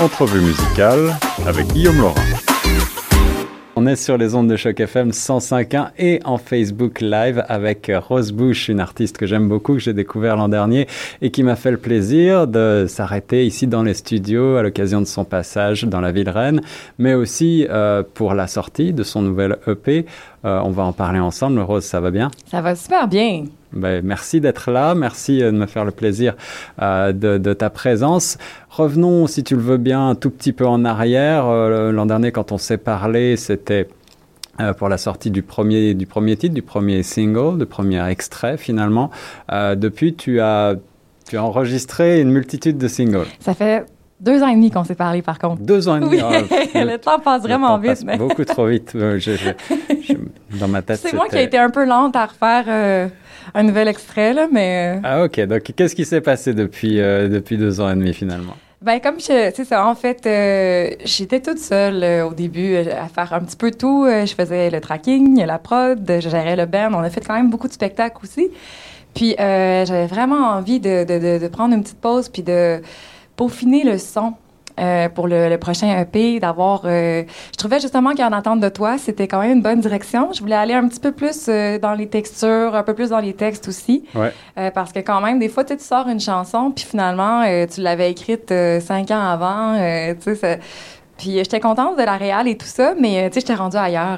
Entrevue musicale avec Guillaume Laurin. On est sur les ondes de Choc FM 105.1 et en Facebook Live avec Rose Bush, une artiste que j'aime beaucoup, que j'ai découvert l'an dernier et qui m'a fait le plaisir de s'arrêter ici dans les studios à l'occasion de son passage dans la ville Rennes, mais aussi pour la sortie de son nouvel EP. On va en parler ensemble. Rose, ça va bien? Ça va super bien. Ben, merci d'être là, merci de me faire le plaisir de ta présence. Revenons, si tu le veux bien, un tout petit peu en arrière. L'an dernier, quand on s'est parlé, c'était pour la sortie du premier titre, du premier single, du premier extrait finalement. Depuis, tu as enregistré une multitude de singles. Ça fait 2 ans et demi qu'on s'est parlé, par contre. 2 ans et demi. Oui. Le temps passe vraiment vite. Passe beaucoup trop vite. Dans ma tête, c'est moi qui ai été un peu lente à refaire un nouvel extrait, là, mais... Ah, OK. Donc, qu'est-ce qui s'est passé depuis 2 ans et demi, finalement? Ben comme c'est ça, en fait, j'étais toute seule au début à faire un petit peu tout. Je faisais le tracking, la prod, je gérais le band. On a fait quand même beaucoup de spectacles aussi. Puis j'avais vraiment envie de prendre une petite pause puis de peaufiner le son pour le prochain EP, d'avoir... je trouvais justement qu'en attente de toi, c'était quand même une bonne direction. Je voulais aller un petit peu plus dans les textures, un peu plus dans les textes aussi. Ouais. Parce que quand même, des fois, tu sors une chanson, puis finalement, tu l'avais écrite 5 ans avant. Tu sais, puis j'étais contente de la réal et tout ça, mais tu sais, j'étais rendue ailleurs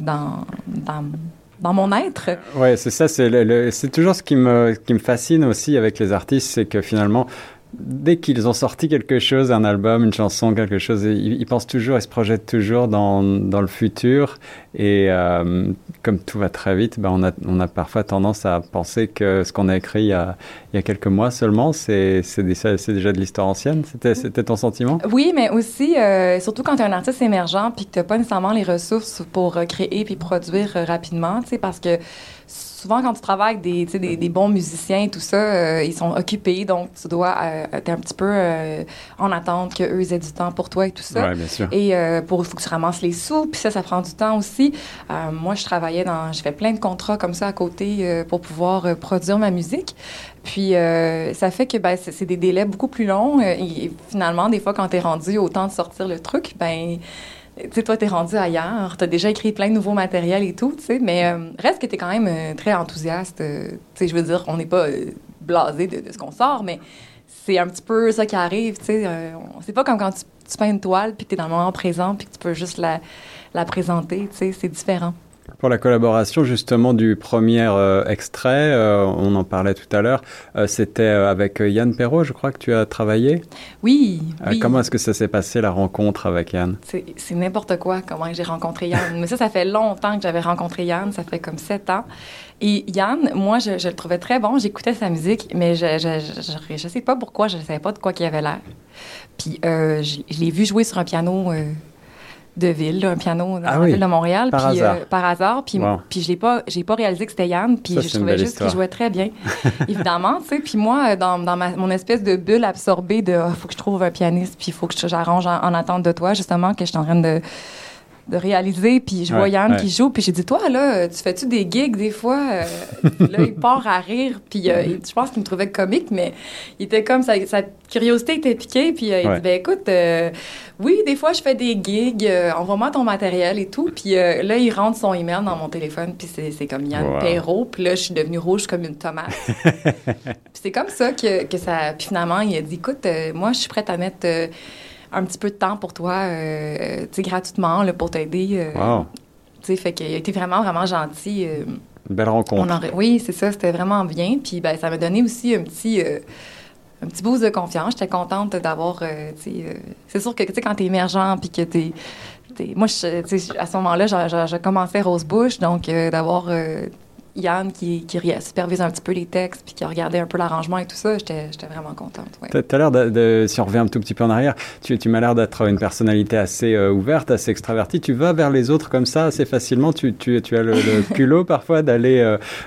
dans mon être. Oui, c'est ça. C'est toujours ce qui me fascine aussi avec les artistes, c'est que finalement... Dès qu'ils ont sorti quelque chose, un album, une chanson, quelque chose, ils pensent toujours, ils se projettent toujours dans le futur. Et comme tout va très vite, ben on a parfois tendance à penser que ce qu'on a écrit il y a quelques mois seulement, c'est déjà de l'histoire ancienne. C'était ton sentiment? Oui, mais aussi, surtout quand tu es un artiste émergent puis que tu n'as pas nécessairement les ressources pour créer puis produire rapidement, tu sais, parce que souvent, quand tu travailles avec des bons musiciens et tout ça, ils sont occupés, donc tu dois être un petit peu en attente qu'eux aient du temps pour toi et tout ça. Oui, bien sûr. Et il faut que tu ramasses les sous, puis ça prend du temps aussi. Moi, je fais plein de contrats comme ça à côté pour pouvoir produire ma musique. Puis, ça fait que c'est des délais beaucoup plus longs. Et finalement, des fois, quand tu es rendu au temps de sortir le truc, tu sais, toi, t'es rendu ailleurs, t'as déjà écrit plein de nouveaux matériels et tout, tu sais, mais reste que t'es quand même très enthousiaste. Tu sais, je veux dire, on n'est pas blasé de ce qu'on sort, mais c'est un petit peu ça qui arrive, tu sais. C'est pas comme quand tu peins une toile puis que t'es dans le moment présent puis que tu peux juste la présenter, tu sais, c'est différent. Pour la collaboration, justement, du premier extrait, on en parlait tout à l'heure, c'était avec Yann Perrault, je crois que tu as travaillé. Oui. Comment est-ce que ça s'est passé, la rencontre avec Yann? C'est n'importe quoi, comment j'ai rencontré Yann. Mais ça fait longtemps que j'avais rencontré Yann, ça fait comme 7 ans. Et Yann, moi, je le trouvais très bon, j'écoutais sa musique, mais je sais pas pourquoi, je ne savais pas de quoi qu'il avait l'air. Puis je l'ai vu jouer sur un piano... de ville, là, un piano dans la ville de Montréal. Par hasard. Puis j'ai pas réalisé que c'était Yann. Puis je trouvais juste qu'il jouait très bien, évidemment, tu sais. Puis moi, dans mon espèce de bulle absorbée de faut que je trouve un pianiste, puis il faut que j'arrange en attente de toi, justement, que je suis en train de réaliser, puis je vois Yann qui joue, puis j'ai dit, toi, là, tu fais-tu des gigs des fois? Là, il part à rire, puis je pense qu'il me trouvait comique, mais il était comme, sa curiosité était piquée, puis il dit, écoute, oui, des fois, je fais des gigs, envoie-moi ton matériel et tout, puis là, il rentre son email dans mon téléphone, puis c'est comme Yann Perrault, puis là, je suis devenue rouge comme une tomate. Puis c'est comme ça que ça... Puis finalement, il a dit, écoute, moi, je suis prête à mettre... un petit peu de temps pour toi, tu sais, gratuitement, là, pour t'aider. Tu sais, fait qu'il a été vraiment, vraiment gentil. Une belle rencontre. Oui, c'est ça, c'était vraiment bien. Puis, ça m'a donné aussi un petit boost de confiance. J'étais contente d'avoir, tu sais... c'est sûr que, tu sais, quand t'es émergent, puis que moi, tu sais, à ce moment-là, je commençais Rose Bush, donc d'avoir... Yann qui supervise un petit peu les textes puis qui regardait un peu l'arrangement et tout ça, j'étais vraiment contente. Ouais. T'as l'air si on revient un tout petit peu en arrière, tu m'as l'air d'être une personnalité assez ouverte, assez extravertie. Tu vas vers les autres comme ça assez facilement. Tu as le culot parfois d'aller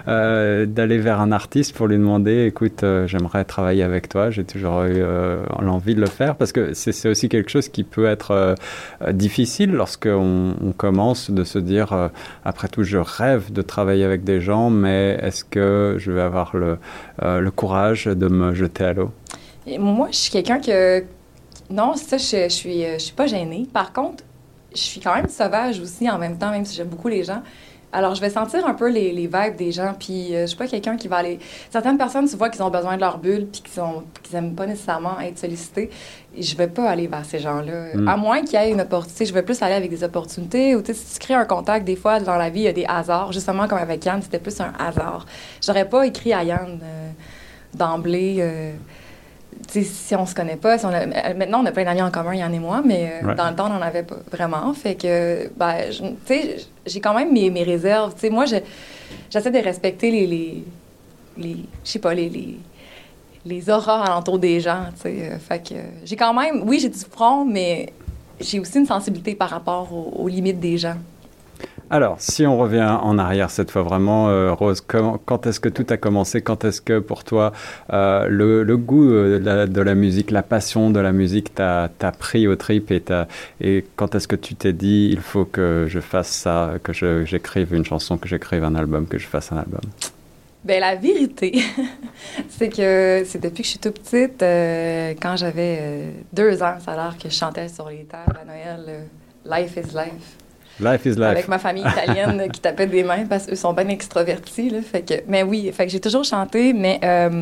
vers un artiste pour lui demander, écoute, j'aimerais travailler avec toi. J'ai toujours eu l'envie de le faire parce que c'est aussi quelque chose qui peut être difficile lorsqu'on commence de se dire, après tout, je rêve de travailler avec des gens. Mais est-ce que je vais avoir le courage de me jeter à l'eau? Et moi, je suis quelqu'un que Non, ça, je suis pas gênée. Par contre, je suis quand même sauvage aussi en même temps, même si j'aime beaucoup les gens. Alors, je vais sentir un peu les vibes des gens, puis je suis pas quelqu'un qui va aller... Certaines personnes, tu vois, qu'ils ont besoin de leur bulle, puis qu'ils aiment pas nécessairement être sollicités. Et je vais pas aller vers ces gens-là. À moins qu'il y ait une opportunité, je vais plus aller avec des opportunités. Ou, tu sais, si tu crées un contact, des fois, dans la vie, il y a des hasards. Justement, comme avec Yann, c'était plus un hasard. J'aurais pas écrit à Yann d'emblée... tu sais, si on se connaît pas, maintenant on a plein d'amis en commun, Yann et moi, mais dans le temps, on n'en avait pas vraiment. Fait que, tu sais, j'ai quand même mes réserves. Tu sais, moi, j'essaie de respecter je sais pas, les auras alentour des gens, tu sais. Fait que j'ai quand même, oui, j'ai du front, mais j'ai aussi une sensibilité par rapport aux limites des gens. Alors, si on revient en arrière cette fois vraiment, Rose, quand est-ce que tout a commencé? Quand est-ce que pour toi, le goût de la musique, la passion de la musique t'a pris aux tripes et quand est-ce que tu t'es dit, il faut que je fasse ça, que j'écrive une chanson, que j'écrive un album, que je fasse un album? Bien, la vérité, c'est que c'est depuis que je suis toute petite, quand j'avais 2 ans, ça a l'air que je chantais sur les tables à Noël, Life is Life. Life is life. Avec ma famille italienne qui tapait des mains parce qu'eux sont bien extrovertis. Là, mais oui, fait que j'ai toujours chanté, mais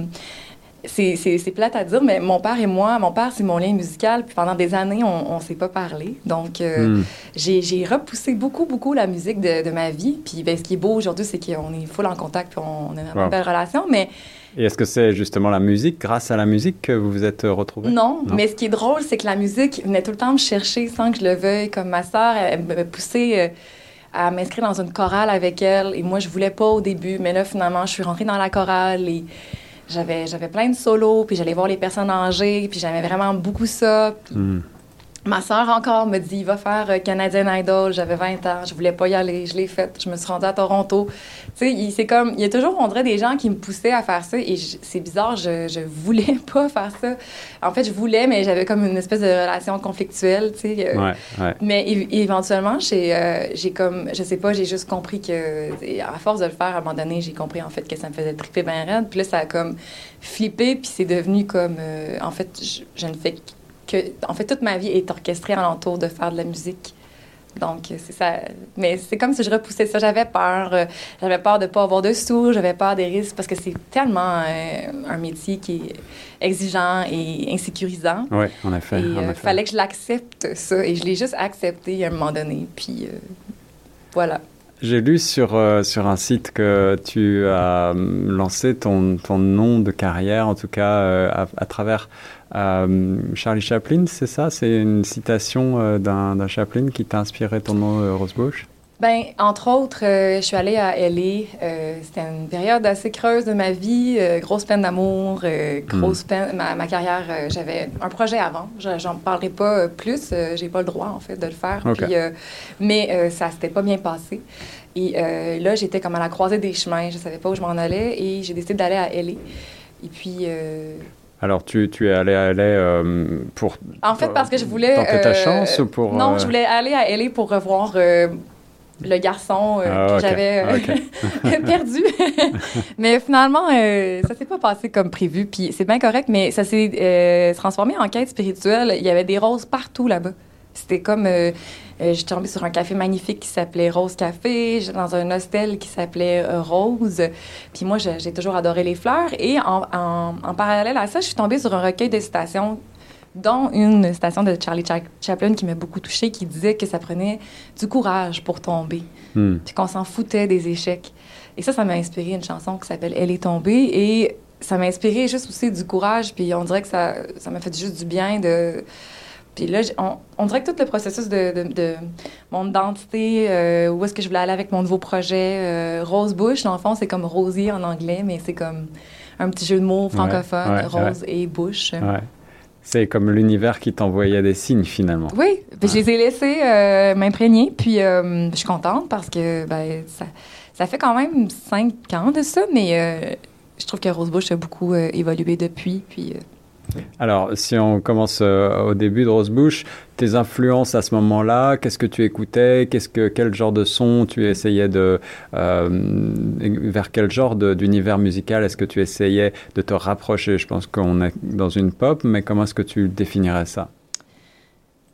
c'est plate à dire, mais mon père, c'est mon lien musical, puis pendant des années, on s'est pas parlé. Donc, j'ai repoussé beaucoup la musique de ma vie. Puis ce qui est beau aujourd'hui, c'est qu'on est full en contact, puis on a vraiment une belle relation, mais... Et est-ce que c'est justement la musique, grâce à la musique, que vous vous êtes retrouvés? Non, mais ce qui est drôle, c'est que la musique venait tout le temps me chercher sans que je le veuille. Comme ma sœur, elle me poussait à m'inscrire dans une chorale avec elle. Et moi, je voulais pas au début. Mais là, finalement, je suis rentrée dans la chorale et j'avais plein de solos. Puis j'allais voir les personnes âgées. Puis j'aimais vraiment beaucoup ça. Puis ma sœur encore me dit, va faire Canadian Idol. J'avais 20 ans, je voulais pas y aller, je l'ai fait. Je me suis rendue à Toronto. Tu sais, c'est comme, il y a toujours, on dirait, des gens qui me poussaient à faire ça. Et c'est bizarre, je voulais pas faire ça. En fait, je voulais, mais j'avais comme une espèce de relation conflictuelle, tu sais. Mais éventuellement, j'ai comme, je sais pas, j'ai juste compris que, à force de le faire, à un moment donné, j'ai compris, en fait, que ça me faisait triper bien raide. Puis là, ça a comme flippé, puis c'est devenu comme, en fait, je ne fais en fait, toute ma vie est orchestrée alentour de faire de la musique. Donc, c'est ça. Mais c'est comme si je repoussais ça. J'avais peur de ne pas avoir de sous. J'avais peur des risques parce que c'est tellement un métier qui est exigeant et insécurisant. Oui, en effet. Il fallait que je l'accepte, ça. Et je l'ai juste accepté à un moment donné. Puis, voilà. J'ai lu sur un site que tu as lancé ton nom de carrière, en tout cas à travers Charlie Chaplin, c'est ça? C'est une citation d'un Chaplin qui t'a inspiré ton nom, Rose Bush? Bien, entre autres, je suis allée à L.A. C'était une période assez creuse de ma vie, grosse peine d'amour, grosse peine... Ma carrière, j'avais un projet avant. J'en parlerai pas plus. J'ai pas le droit, en fait, de le faire. Okay. Puis, mais ça s'était pas bien passé. Et là, j'étais comme à la croisée des chemins. Je savais pas où je m'en allais et j'ai décidé d'aller à L.A. Et puis... Alors, tu es allée à L.A. pour... En fait, parce que je voulais... Tenter ta chance ou pour... Non, je voulais aller à L.A. pour revoir... le garçon que j'avais perdu. Mais finalement, ça s'est pas passé comme prévu. Puis c'est bien correct, mais ça s'est transformé en quête spirituelle. Il y avait des roses partout là-bas. C'était comme... j'étais tombée sur un café magnifique qui s'appelait Rose Café. J'étais dans un hostel qui s'appelait Rose. Puis moi, j'ai toujours adoré les fleurs. Et en parallèle à ça, je suis tombée sur un recueil de citations dont une citation de Charlie Chaplin qui m'a beaucoup touchée, qui disait que ça prenait du courage pour tomber, puis qu'on s'en foutait des échecs. Et ça m'a inspiré une chanson qui s'appelle « Elle est tombée », et ça m'a inspiré juste aussi du courage, puis on dirait que ça m'a fait juste du bien de... Puis là, on dirait que tout le processus de mon identité, où est-ce que je voulais aller avec mon nouveau projet, Rose Bush, dans le fond, c'est comme rosier en anglais, mais c'est comme un petit jeu de mots francophone, rose et bush. Ouais. C'est comme l'univers qui t'envoyait des signes, finalement. Oui, je les ai laissés m'imprégner, puis je suis contente parce que ça fait quand même 5 ans de ça, mais je trouve que Rose Bush a beaucoup évolué depuis, puis... Alors, si on commence au début de Rose Bush, tes influences à ce moment-là, qu'est-ce que tu écoutais, quel genre de son tu essayais vers quel genre d'univers musical est-ce que tu essayais de te rapprocher? Je pense qu'on est dans une pop, mais comment est-ce que tu définirais ça?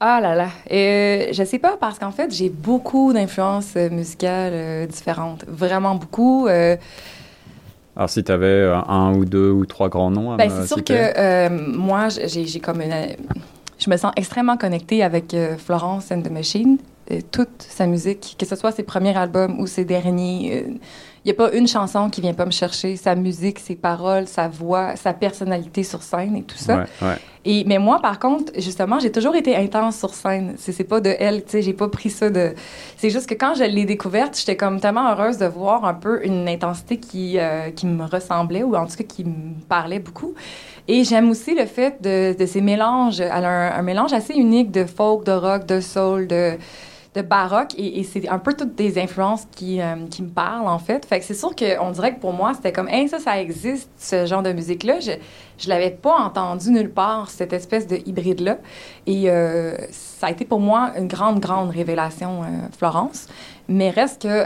Ah là là. Je sais pas, parce qu'en fait, j'ai beaucoup d'influences musicales différentes. Vraiment beaucoup. Alors, si tu avais un ou deux ou trois grands noms à me c'est sûr citer. que moi, j'ai comme je me sens extrêmement connectée avec Florence and the Machine. Toute sa musique, que ce soit ses premiers albums ou ses derniers, il n'y a pas une chanson qui vient pas me chercher. Sa musique, ses paroles, sa voix, sa personnalité sur scène et tout ça. Ouais. Mais moi, par contre, justement, j'ai toujours été intense sur scène. C'est pas de elle, tu sais, j'ai pas pris ça de... C'est juste que quand je l'ai découverte, j'étais comme tellement heureuse de voir un peu une intensité qui me ressemblait, ou en tout cas qui me parlait beaucoup. Et j'aime aussi le fait de ces mélanges. Elle a un mélange assez unique de folk, de rock, de soul, de baroque, et c'est un peu toutes des influences qui me parlent, en fait. Fait que c'est sûr qu'on dirait que pour moi, c'était comme, hey, ça existe, ce genre de musique-là. Je l'avais pas entendu nulle part, cette espèce de hybride-là. Et ça a été pour moi une grande, grande révélation, Florence. Mais reste que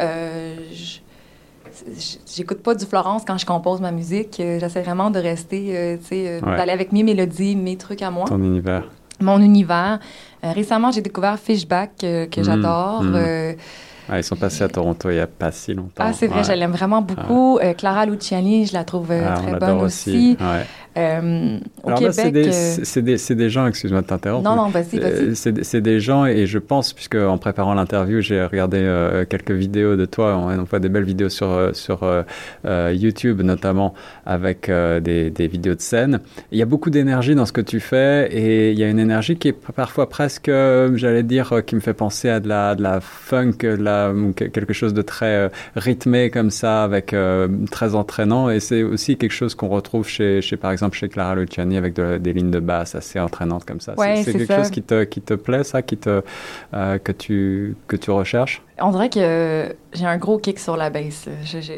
j'écoute pas du Florence quand je compose ma musique. J'essaie vraiment de rester, d'aller avec mes mélodies, mes trucs à moi. Ton univers. Mon univers. Récemment, j'ai découvert Fishback, que j'adore. Ils sont passés à Toronto il n'y a pas si longtemps. Ah, c'est vrai, je l'aime vraiment beaucoup. Clara Luciani, je la trouve très bonne aussi. Au Alors Québec... là, c'est des gens, excuse-moi de t'interrompre. Non, vas-y. C'est des gens, et je pense, puisque en préparant l'interview, j'ai regardé quelques vidéos de toi. On voit des belles vidéos sur YouTube, notamment avec des vidéos de scène. Il y a beaucoup d'énergie dans ce que tu fais, et il y a une énergie qui est parfois presque, j'allais dire, qui me fait penser à de la funk, quelque chose de très rythmé comme ça, avec très entraînant. Et c'est aussi quelque chose qu'on retrouve par exemple, chez Clara Luciani, avec des lignes de basse assez entraînantes comme ça. Ouais, c'est quelque chose qui te plaît, ça, que tu recherches? On dirait que j'ai un gros kick sur la basse.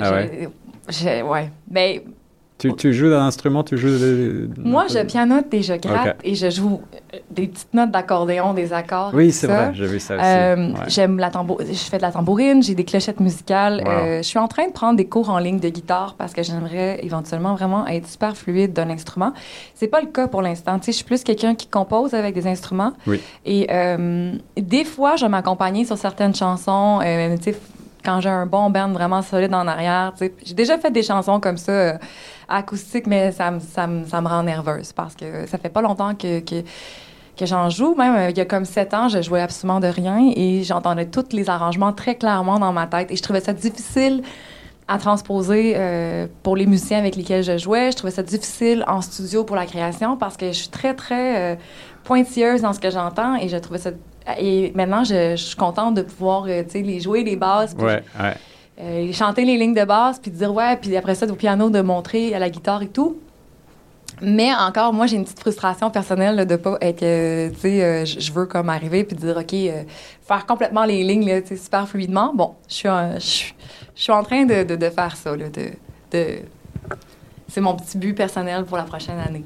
Ouais. Mais... Tu joues d'un instrument, Moi, je pianote et je gratte, et je joue des petites notes d'accordéon, des accords. Oui, c'est vrai, j'ai vu ça aussi. J'aime je fais de la tambourine, j'ai des clochettes musicales. Wow. Je suis en train de prendre des cours en ligne de guitare parce que j'aimerais éventuellement vraiment être super fluide d'un instrument. C'est pas le cas pour l'instant. Tu sais, je suis plus quelqu'un qui compose avec des instruments. Oui. Et des fois, je vais m'accompagner sur certaines chansons. Tu sais, quand j'ai un bon band vraiment solide en arrière. Tu sais, j'ai déjà fait des chansons comme ça acoustiques, mais ça me rend nerveuse parce que ça fait pas longtemps que j'en joue. Même il y a comme 7 ans, je jouais absolument de rien et j'entendais tous les arrangements très clairement dans ma tête. Et je trouvais ça difficile à transposer pour les musiciens avec lesquels je jouais. Je trouvais ça difficile en studio pour la création parce que je suis très, très pointilleuse dans ce que j'entends et je trouvais ça... Et maintenant, je suis contente de pouvoir, les jouer, les basses. Puis chanter les lignes de basse, puis dire puis après ça, au piano, de montrer à la guitare et tout. Mais encore, moi, j'ai une petite frustration personnelle là, de pas être, je veux comme arriver puis dire, OK, faire complètement les lignes, là, super fluidement. Bon, je suis en train de faire ça, là, c'est mon petit but personnel pour la prochaine année.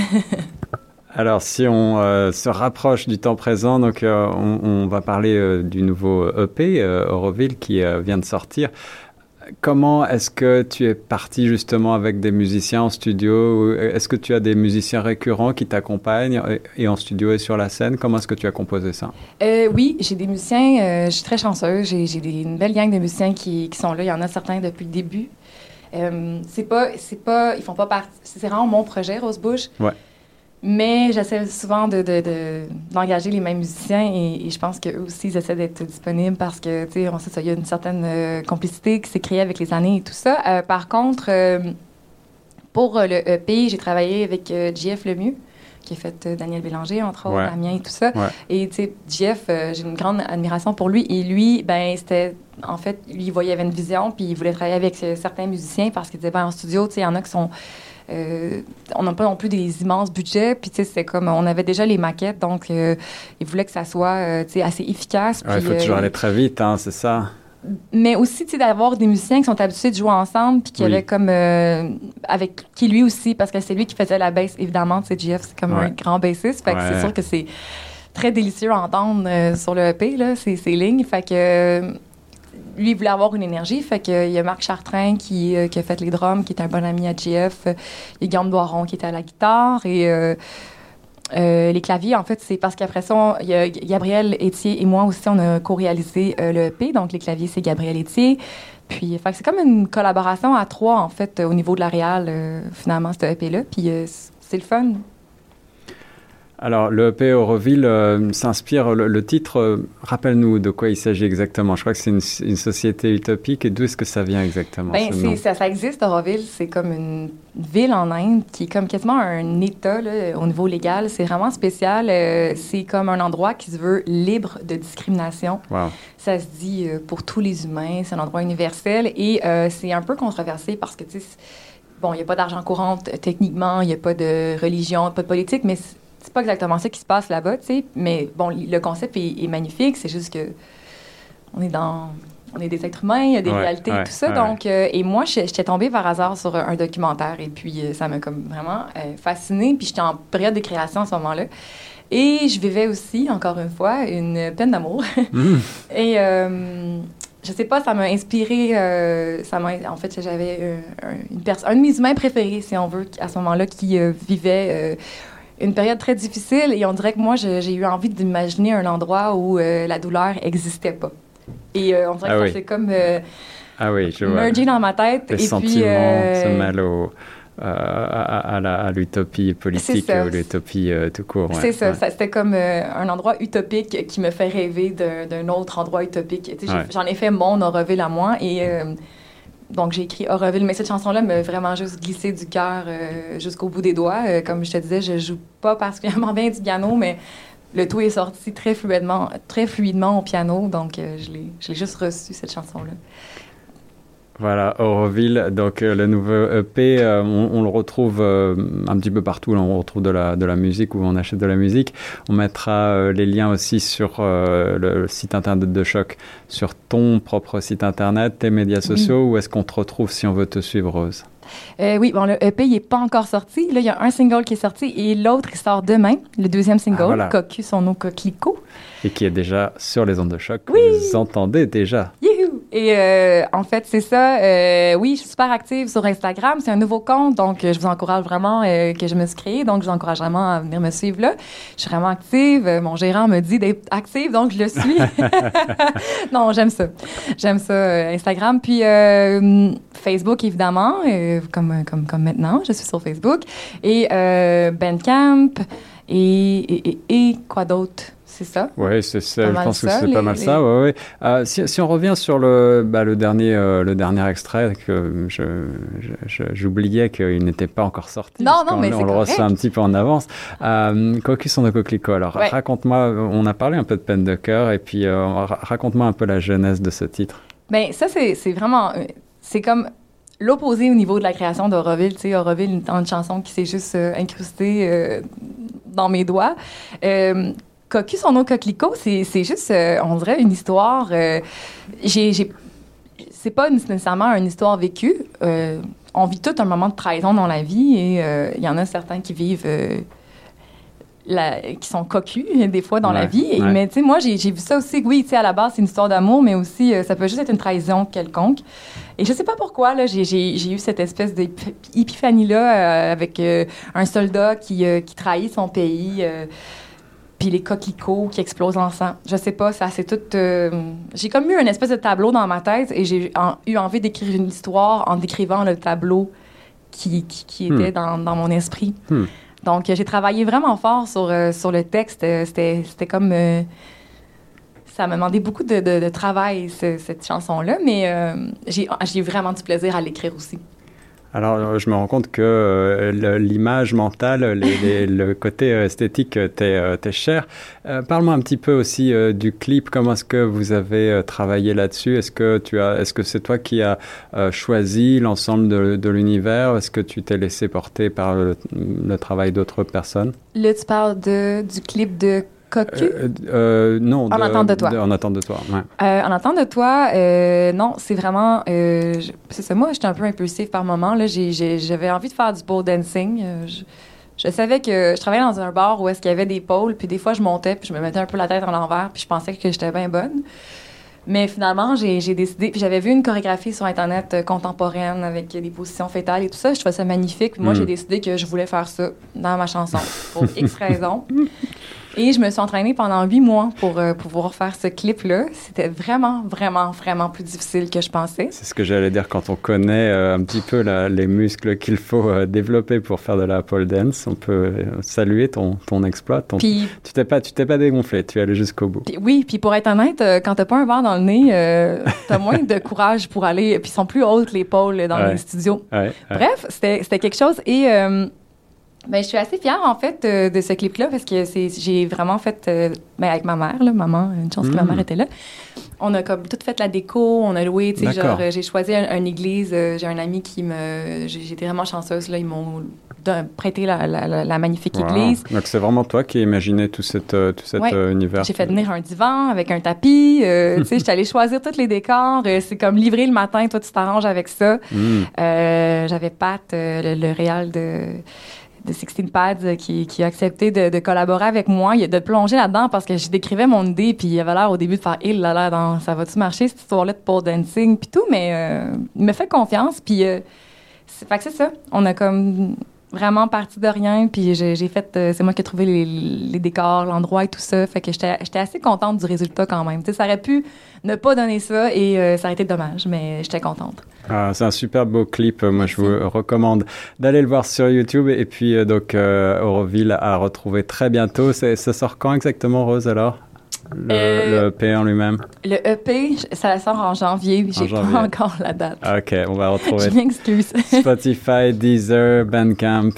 Alors, si on se rapproche du temps présent, donc on va parler du nouveau EP, Auroville, qui vient de sortir. Comment est-ce que tu es parti justement avec des musiciens en studio? Est-ce que tu as des musiciens récurrents qui t'accompagnent et en studio et sur la scène? Comment est-ce que tu as composé ça? Oui, j'ai des musiciens. Je suis très chanceuse. J'ai une belle gang de musiciens qui sont là. Il y en a certains depuis le début. Ils font pas partie... C'est vraiment mon projet, Rosebush. Ouais. Mais j'essaie souvent d'engager les mêmes musiciens et je pense qu'eux aussi, ils essaient d'être disponibles parce que, tu sais, on sait ça, il y a une certaine complicité qui s'est créée avec les années et tout ça. Par contre, pour le EP, j'ai travaillé avec JF Lemieux, qui a fait Daniel Bélanger, entre autres, Damien et tout ça. Ouais. Et, tu sais, JF, j'ai une grande admiration pour lui. Et lui, c'était... En fait, lui, il voyait, il avait une vision, puis il voulait travailler avec certains musiciens parce qu'il disait, en studio, tu sais, il y en a qui sont... on n'a pas non plus des immenses budgets, puis tu sais, c'est comme, on avait déjà les maquettes, donc ils voulaient que ça soit, tu sais, assez efficace. Il faut toujours aller très vite, hein, c'est ça. Mais aussi, tu sais, d'avoir des musiciens qui sont habitués de jouer ensemble, puis qui avaient comme, avec qui lui aussi, parce que c'est lui qui faisait la bass, évidemment, tu sais, JF, c'est comme un grand bassiste, fait que c'est sûr que c'est très délicieux à entendre sur le EP, là, ces lignes, fait que... Lui, il voulait avoir une énergie, fait qu'il y a Marc Chartrain qui a fait les drums, qui est un bon ami à JF. Il y a Guillaume Doiron qui était à la guitare. Et Les claviers, en fait, c'est parce qu'après ça, il y a Gabriel Etier et moi aussi, on a co-réalisé le EP. Donc, les claviers, c'est Gabriel Etier. Puis, c'est comme une collaboration à 3, en fait, au niveau de la réal, finalement, ce EP-là. Puis, c'est le fun. Alors, le EP Auroville s'inspire, le titre, rappelle-nous de quoi il s'agit exactement. Je crois que c'est une société utopique. Et d'où est-ce que ça vient exactement? Ça existe, Auroville. C'est comme une ville en Inde qui est comme quasiment un État là, au niveau légal. C'est vraiment spécial. C'est comme un endroit qui se veut libre de discrimination. Wow. Ça se dit pour tous les humains. C'est un endroit universel. Et c'est un peu controversé parce que, tu sais, bon, il n'y a pas d'argent courant techniquement. Il n'y a pas de religion, pas de politique, mais c'est pas exactement ça qui se passe là-bas, tu sais. Mais bon, le concept est magnifique. C'est juste que on est des êtres humains, il y a des réalités et tout ça. Donc, et moi, j'étais tombée par hasard sur un documentaire et puis ça m'a comme vraiment fascinée. Puis j'étais en période de création à ce moment-là. Et je vivais aussi, encore une fois, une peine d'amour. Et je sais pas, ça m'a inspiré. En fait, j'avais un de mes humains préférés, si on veut, à ce moment-là, qui vivait une période très difficile. Et on dirait que moi, j'ai eu envie d'imaginer un endroit où la douleur n'existait pas. Et on dirait que ça s'est comme mergé dans ma tête. Les sentiments se mêlent à l'utopie politique ou l'utopie tout court. C'est ça. C'était comme un endroit utopique qui me fait rêver d'un autre endroit utopique. J'en ai fait mon Auroville à moi et donc j'ai écrit Auroville. Mais cette chanson-là m'a vraiment juste glissé du cœur jusqu'au bout des doigts. Comme je te disais, je joue pas particulièrement bien du piano, mais le tout est sorti très fluidement au piano. Donc je l'ai juste reçu, cette chanson-là. Voilà, Auroville, donc le nouveau EP, on le retrouve un petit peu partout. Là, on retrouve de la musique où on achète de la musique. On mettra les liens aussi sur le site internet de Choc, sur ton propre site internet, tes médias sociaux. Où est-ce qu'on te retrouve si on veut te suivre, Rose? Oui, bon, le EP, il n'est pas encore sorti. Là, il y a un single qui est sorti et l'autre, il sort demain, le deuxième single, Cocu, son nom coquelicot. Et qui est déjà sur les ondes de Choc. Oui! Vous entendez déjà. Youhou! Et en fait, c'est ça. Oui, je suis super active sur Instagram. C'est un nouveau compte, donc je vous encourage vraiment que je me suis créée. Donc, je vous encourage vraiment à venir me suivre là. Je suis vraiment active. Mon gérant me dit d'être active, donc je le suis. Non, j'aime ça. J'aime ça, Instagram. Puis Facebook, évidemment, comme maintenant, je suis sur Facebook. Et Bandcamp. Et quoi d'autre? C'est ça? Oui, c'est ça. Je pense que c'est pas mal ça. Ouais. Si on revient sur le dernier extrait, que j'oubliais qu'il n'était pas encore sorti. Non, mais c'est on le reçoit un petit peu en avance. Cocu son de coquelicot. Alors, raconte-moi, on a parlé un peu de peine de cœur, et puis raconte-moi un peu la genèse de ce titre. Bien, ça, c'est vraiment... C'est comme l'opposé au niveau de la création d'Auroville. Tu sais, Auroville, une chanson qui s'est juste incrustée dans mes doigts. Cocu, son nom coquelicot, c'est juste, on dirait, une histoire. C'est pas nécessairement une histoire vécue. On vit tout un moment de trahison dans la vie et il y en a certains qui vivent, qui sont cocus des fois dans la vie. Mais tu sais, moi, j'ai vu ça aussi. Oui, tu sais, à la base, c'est une histoire d'amour, mais aussi, ça peut juste être une trahison quelconque. Et je sais pas pourquoi, là, j'ai eu cette espèce d'épiphanie-là avec un soldat qui trahit son pays. Puis les coquelicots qui explosent en sang. Je sais pas, ça c'est tout... j'ai comme eu une espèce de tableau dans ma tête et j'ai eu envie d'écrire une histoire en décrivant le tableau qui était dans mon esprit. Donc, j'ai travaillé vraiment fort sur le texte. C'était comme... ça m'a demandé beaucoup de travail, cette chanson-là, mais j'ai vraiment du plaisir à l'écrire aussi. Alors, je me rends compte que l'image mentale, le côté esthétique t'est cher. Parle-moi un petit peu aussi du clip. Comment est-ce que vous avez travaillé là-dessus? Est-ce que c'est toi qui as choisi l'ensemble de l'univers? Est-ce que tu t'es laissé porter par le travail d'autres personnes? Là, tu parles du clip de Cocu? Non. En attente de toi. En attente de toi, ouais. En attente de toi, non, c'est vraiment... c'est ça, moi, j'étais un peu impulsive par moment. Là, j'avais envie de faire du pole dancing. Je savais que je travaillais dans un bar où est-ce qu'il y avait des pôles, puis des fois, je montais, puis je me mettais un peu la tête en l'envers, puis je pensais que j'étais bien bonne. Mais finalement, j'ai décidé, puis j'avais vu une chorégraphie sur Internet contemporaine avec des positions fétales et tout ça. Je trouvais ça magnifique. Puis moi, j'ai décidé que je voulais faire ça dans ma chanson pour X raisons. Et je me suis entraînée pendant 8 mois pour pouvoir faire ce clip-là. C'était vraiment, vraiment, vraiment plus difficile que je pensais. C'est ce que j'allais dire quand on connaît un petit peu les muscles qu'il faut développer pour faire de la pole dance. On peut saluer ton exploit. Tu t'es pas dégonflé, tu es allé jusqu'au bout. Puis pour être honnête, quand t'as pas un verre dans le nez, t'as moins de courage pour aller. Puis ils sont plus hautes les pôles dans les studios. Bref, c'était quelque chose. Et je suis assez fière, en fait, de ce clip-là, parce que j'ai vraiment fait, avec ma mère, là, maman, une chance que ma mère était là. On a comme tout fait la déco, on a loué, tu sais, genre, j'ai choisi une église, j'ai un ami j'étais vraiment chanceuse, là, ils m'ont prêté la magnifique église. Donc c'est vraiment toi qui as imaginé tout cet univers. J'ai fait venir un divan avec un tapis, tu sais, j'étais allée choisir tous les décors, c'est comme livré le matin, toi tu t'arranges avec ça. J'avais Pat, le réal de 16 Pads qui a accepté de collaborer avec moi, de plonger là-dedans parce que je décrivais mon idée puis il avait l'air au début de faire ça va-tu marcher cette histoire-là de pole dancing puis tout, mais il me fait confiance puis fait que c'est ça, on a comme vraiment parti de rien puis j'ai fait c'est moi qui ai trouvé les décors, l'endroit et tout ça, fait que j'étais assez contente du résultat quand même. Tu sais, ça aurait pu ne pas donner ça et ça aurait été dommage, mais j'étais contente. C'est un super beau clip. Moi, je vous recommande d'aller le voir sur YouTube. Et puis, Auroville à retrouver très bientôt. Ça sort quand exactement, Rose, alors? Le EP en lui-même? Le EP, ça sort en janvier. J'ai pas encore la date. OK, on va retrouver. Je m'excuse. Spotify, Deezer, Bandcamp,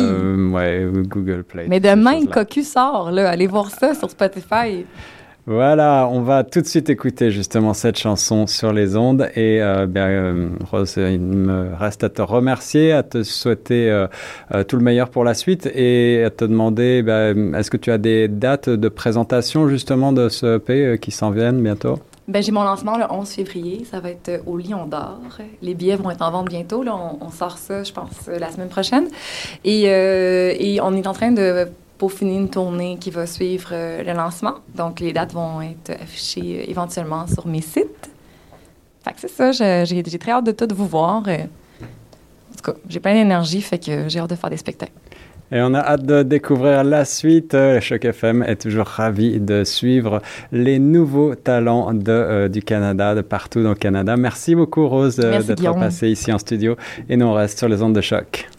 Google Play. Mais demain, Cocu sort, là. Allez voir ça sur Spotify. Voilà, on va tout de suite écouter justement cette chanson sur les ondes et Rose, il me reste à te remercier, à te souhaiter tout le meilleur pour la suite et à te demander, est-ce que tu as des dates de présentation justement de ce EP qui s'en viennent bientôt? J'ai mon lancement le 11 février, ça va être au Lion d'Or. Les billets vont être en vente bientôt, là, on sort ça, je pense, la semaine prochaine. Et on est en train de peaufiner une tournée qui va suivre le lancement. Donc, les dates vont être affichées éventuellement sur mes sites. Fait que c'est ça, j'ai très hâte de tout vous voir. En tout cas, j'ai plein d'énergie, fait que j'ai hâte de faire des spectacles. Et on a hâte de découvrir la suite. Choc FM est toujours ravi de suivre les nouveaux talents du Canada, de partout dans le Canada. Merci beaucoup, Rose, d'être passée ici en studio. Et nous, on reste sur les ondes de Choc.